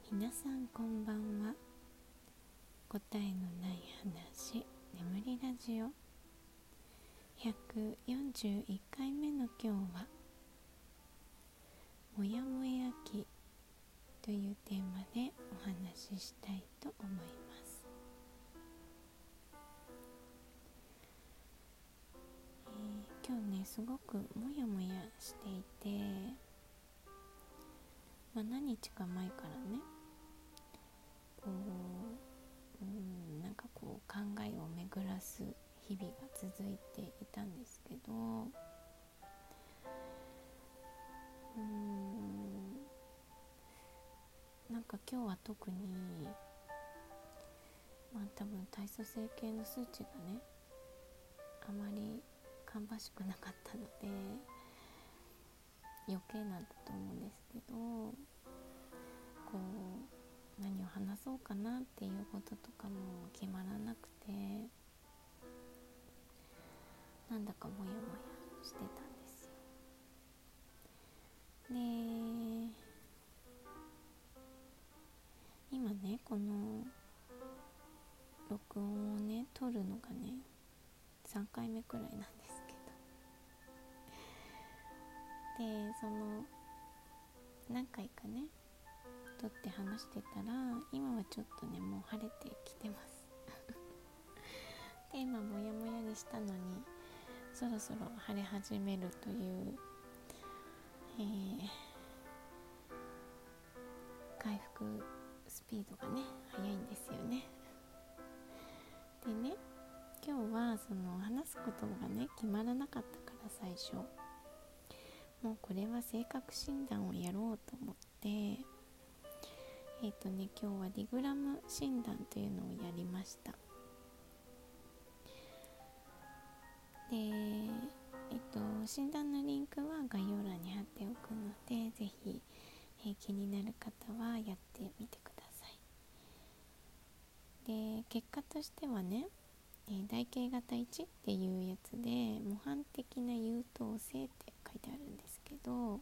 皆さんこんばんは。答えのない話、眠りラジオ141回目の今日はもやもや期というテーマでお話ししたいと思います。今日ねすごくもやもやしていて、何日か前からねなんか考えを巡らす日々が続いていたんですけど、なんか今日は特に多分体組成計の数値がねあまり芳しくなかったので余計なんだと思うんですけど、何を話そうかなっていうこととかも決まらなくて、なんだかモヤモヤしてたんですよ。で、今ねこの録音をね撮るのがね3回目くらいなんですけど、でその何回かね撮って話してたら今はちょっとねもう晴れてきてますで今もやもやにしたのにそろそろ晴れ始めるという、回復スピードがね速いんですよね。でね今日はその話すことがね決まらなかったから最初もうこれは性格診断をやろうと思って今日はディグラム診断というのをやりました。で、診断のリンクは概要欄に貼っておくのでぜひ、気になる方はやってみてください。で、結果としてはね、台形型1っていうやつで模範的な優等生って書いてあるんですけど、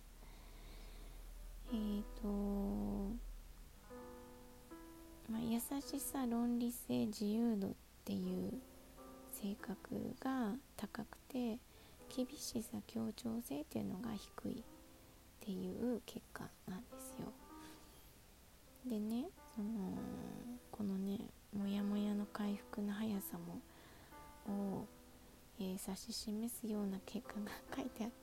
優しさ、論理性、自由度っていう性格が高くて厳しさ、協調性っていうのが低いっていう結果なんですよ。でね、このねモヤモヤの回復の速さを、指し示すような結果が書いてあって、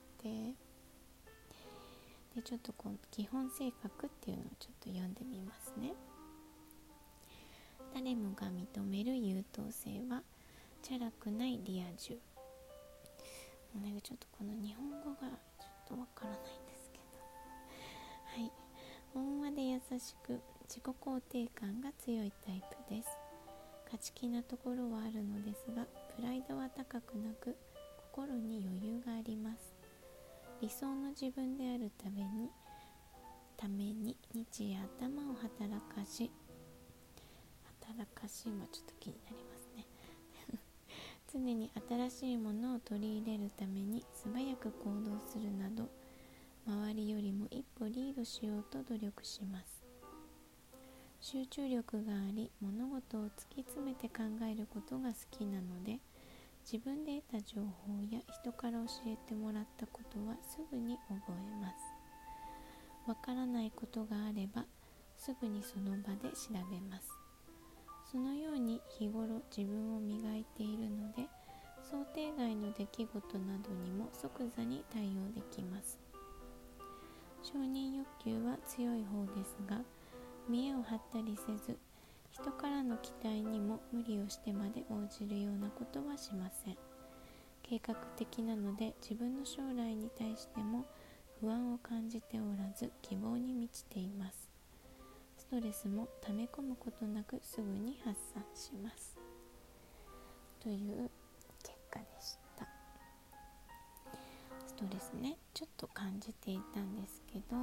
でちょっと基本性格っていうのをちょっと読んでみますね。誰もが認める優等生はチャラくないリア充。ちょっとこの日本語がちょっとわからないんですけど、はい、温和で優しく自己肯定感が強いタイプです。勝ち気なところはあるのですがプライドは高くなく心に余裕があります。理想の自分であるために日夜頭を働かしはちょっと気になりますね常に新しいものを取り入れるために素早く行動するなど周りよりも一歩リードしようと努力します。集中力があり物事を突き詰めて考えることが好きなので自分で得た情報や人から教えてもらったことはすぐに覚えます。わからないことがあればすぐにその場で調べます。そのように日頃自分を磨いているので想定外の出来事などにも即座に対応できます。承認欲求は強い方ですが見栄を張ったりせず人からの期待にも無理をしてまで応じるようなことはしません。計画的なので自分の将来に対しても不安を感じておらず希望に満ちています。ストレスも溜め込むことなくすぐに発散しますという結果でした。ストレスねちょっと感じていたんですけど、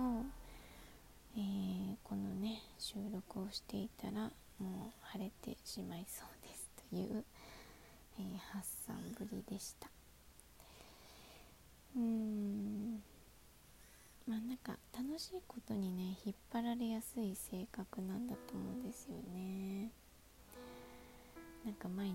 このね収録をしていたらもう晴れてしまいそうですという、発散ぶりでした。なんか楽楽しいことにね引っ張られやすい性格なんだと思うんですよね。なんか前に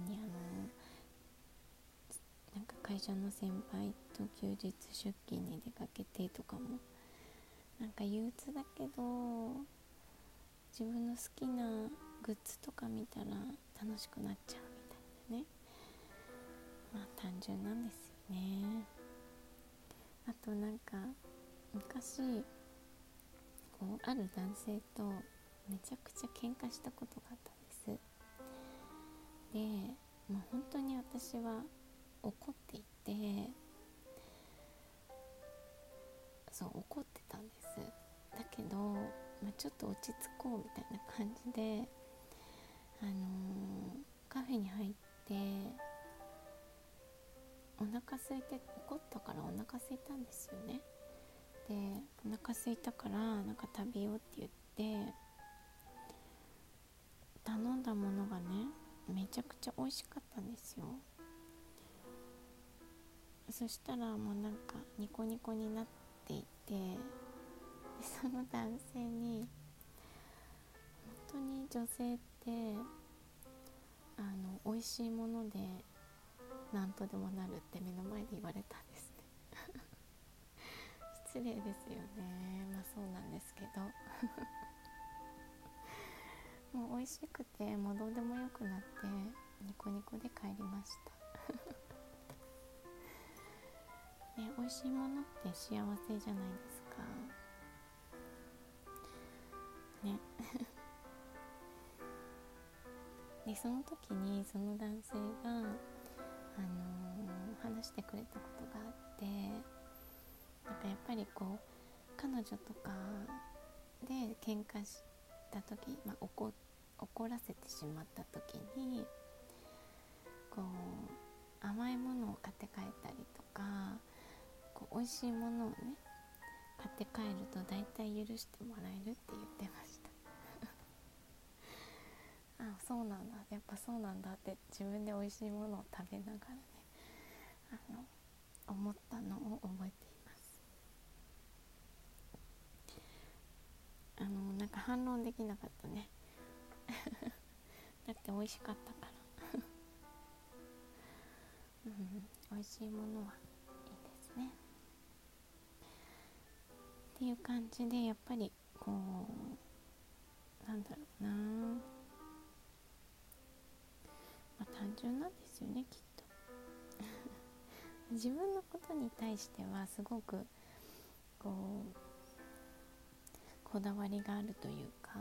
なんか会社の先輩と休日出勤に出かけてとかもなんか憂鬱だけど自分の好きなグッズとか見たら楽しくなっちゃうみたいなね。まあ単純なんですよね。あとなんか昔ある男性とめちゃくちゃ喧嘩したことがあったんです。でもう本当に私は怒っていて、怒ってたんです。だけど、ちょっと落ち着こうみたいな感じで、カフェに入ってお腹空いて、怒ったからお腹空いたんですよね。でお腹空いたからなんか食べようって言って頼んだものがねめちゃくちゃ美味しかったんですよ。そしたらもうなんかニコニコになっていて、でその男性に本当に女性って美味しいもので何とでもなるって目の前で言われたんですね失礼ですよね。そうなんですけどもう美味しくてもうどうでもよくなってニコニコで帰りましたね、美味しいものって幸せじゃないですかねでその時にその男性が、話してくれたことがあって、なんかやっぱり彼女とかで喧嘩した時、怒らせてしまった時に甘いものを買って帰ったりとか美味しいものをね買って帰ると大体許してもらえるって言ってましたあ、そうなんだ、やっぱそうなんだって自分で美味しいものを食べながらね思ったのを覚えています。なんか反論できなかったねだって美味しかったから美味しいものはいいですねっていう感じで、やっぱりなんだろうな、単純なんですよねきっと自分のことに対してはすごくこだわりがあるというか、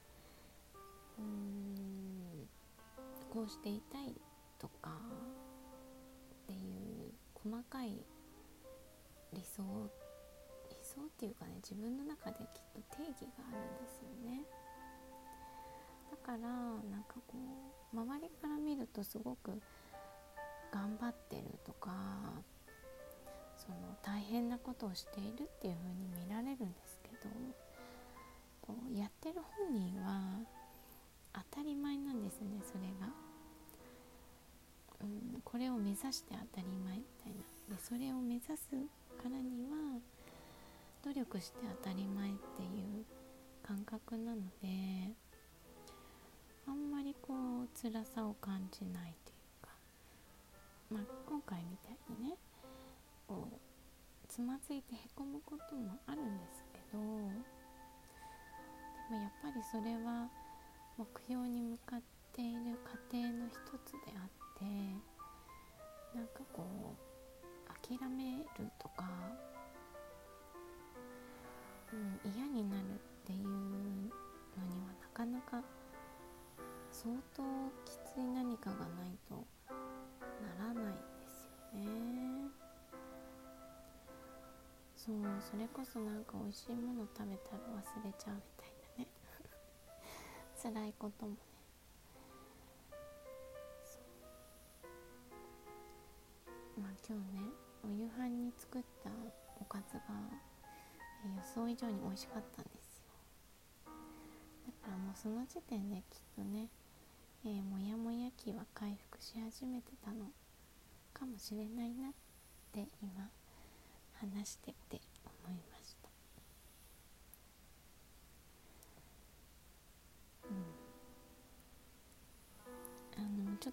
こうしていたいとかっていう細かい理想っていうかね、自分の中できっと定義があるんですよね。だからなんか周りから見るとすごく頑張ってるとか大変なことをしているっていう風に見られるんですけど、やってる本人は当たり前なんですね、それが。これを目指して当たり前みたいな。でそれを目指すからには努力して当たり前っていう感覚なので、あんまり辛さを感じないというか、今回みたいにねつまずいてへこむこともあるんですけど、でもやっぱりそれは目標に向かっている過程の一つであって、なんか諦めるとか、嫌になるっていうのにはなかなか相当きつい何かがないとならないんですよね。それこそなんか美味しいもの食べたら忘れちゃうみたいなね辛いこともね。今日ねお夕飯に作ったおかずが、予想以上に美味しかったんですよ。だからもうその時点できっとね、もやもや期は回復し始めてたのかもしれないなって今話してて思いました。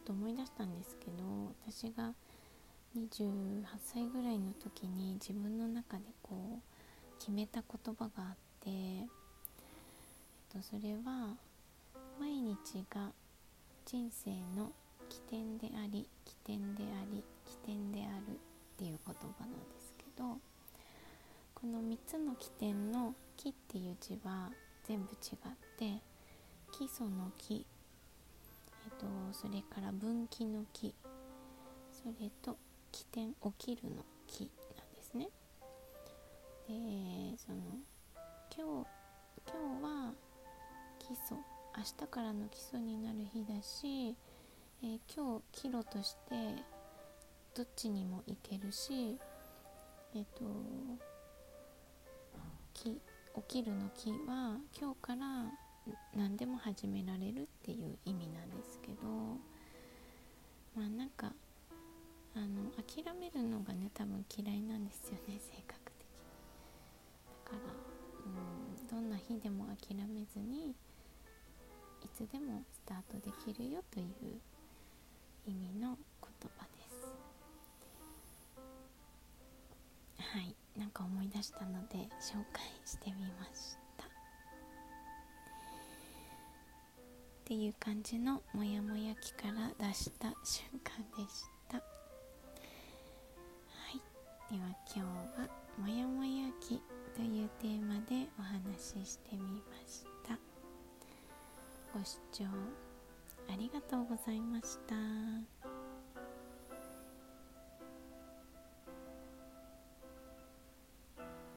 と思い出したんですけど、私が28歳ぐらいの時に自分の中でこう決めた言葉があって、それは毎日が人生の起点であり起点であり起点であるっていう言葉なんですけど、この3つの起点の木っていう字は全部違って、基礎の木、それから分岐の木、それと起点起きるの木なんですね。で、今日は基礎、明日からの基礎になる日だし、今日岐路としてどっちにも行けるし、起きるの木は今日から何でも始められるっていう意味なんですけど、なんか諦めるのがね多分嫌いなんですよね、性格的に。だから、どんな日でも諦めずにいつでもスタートできるよという意味の言葉です。はい、なんか思い出したので紹介してみましたっていう感じのもやもや期から出した瞬間でした。はい、では今日はもやもや期というテーマでお話ししてみました。ご視聴ありがとうございました。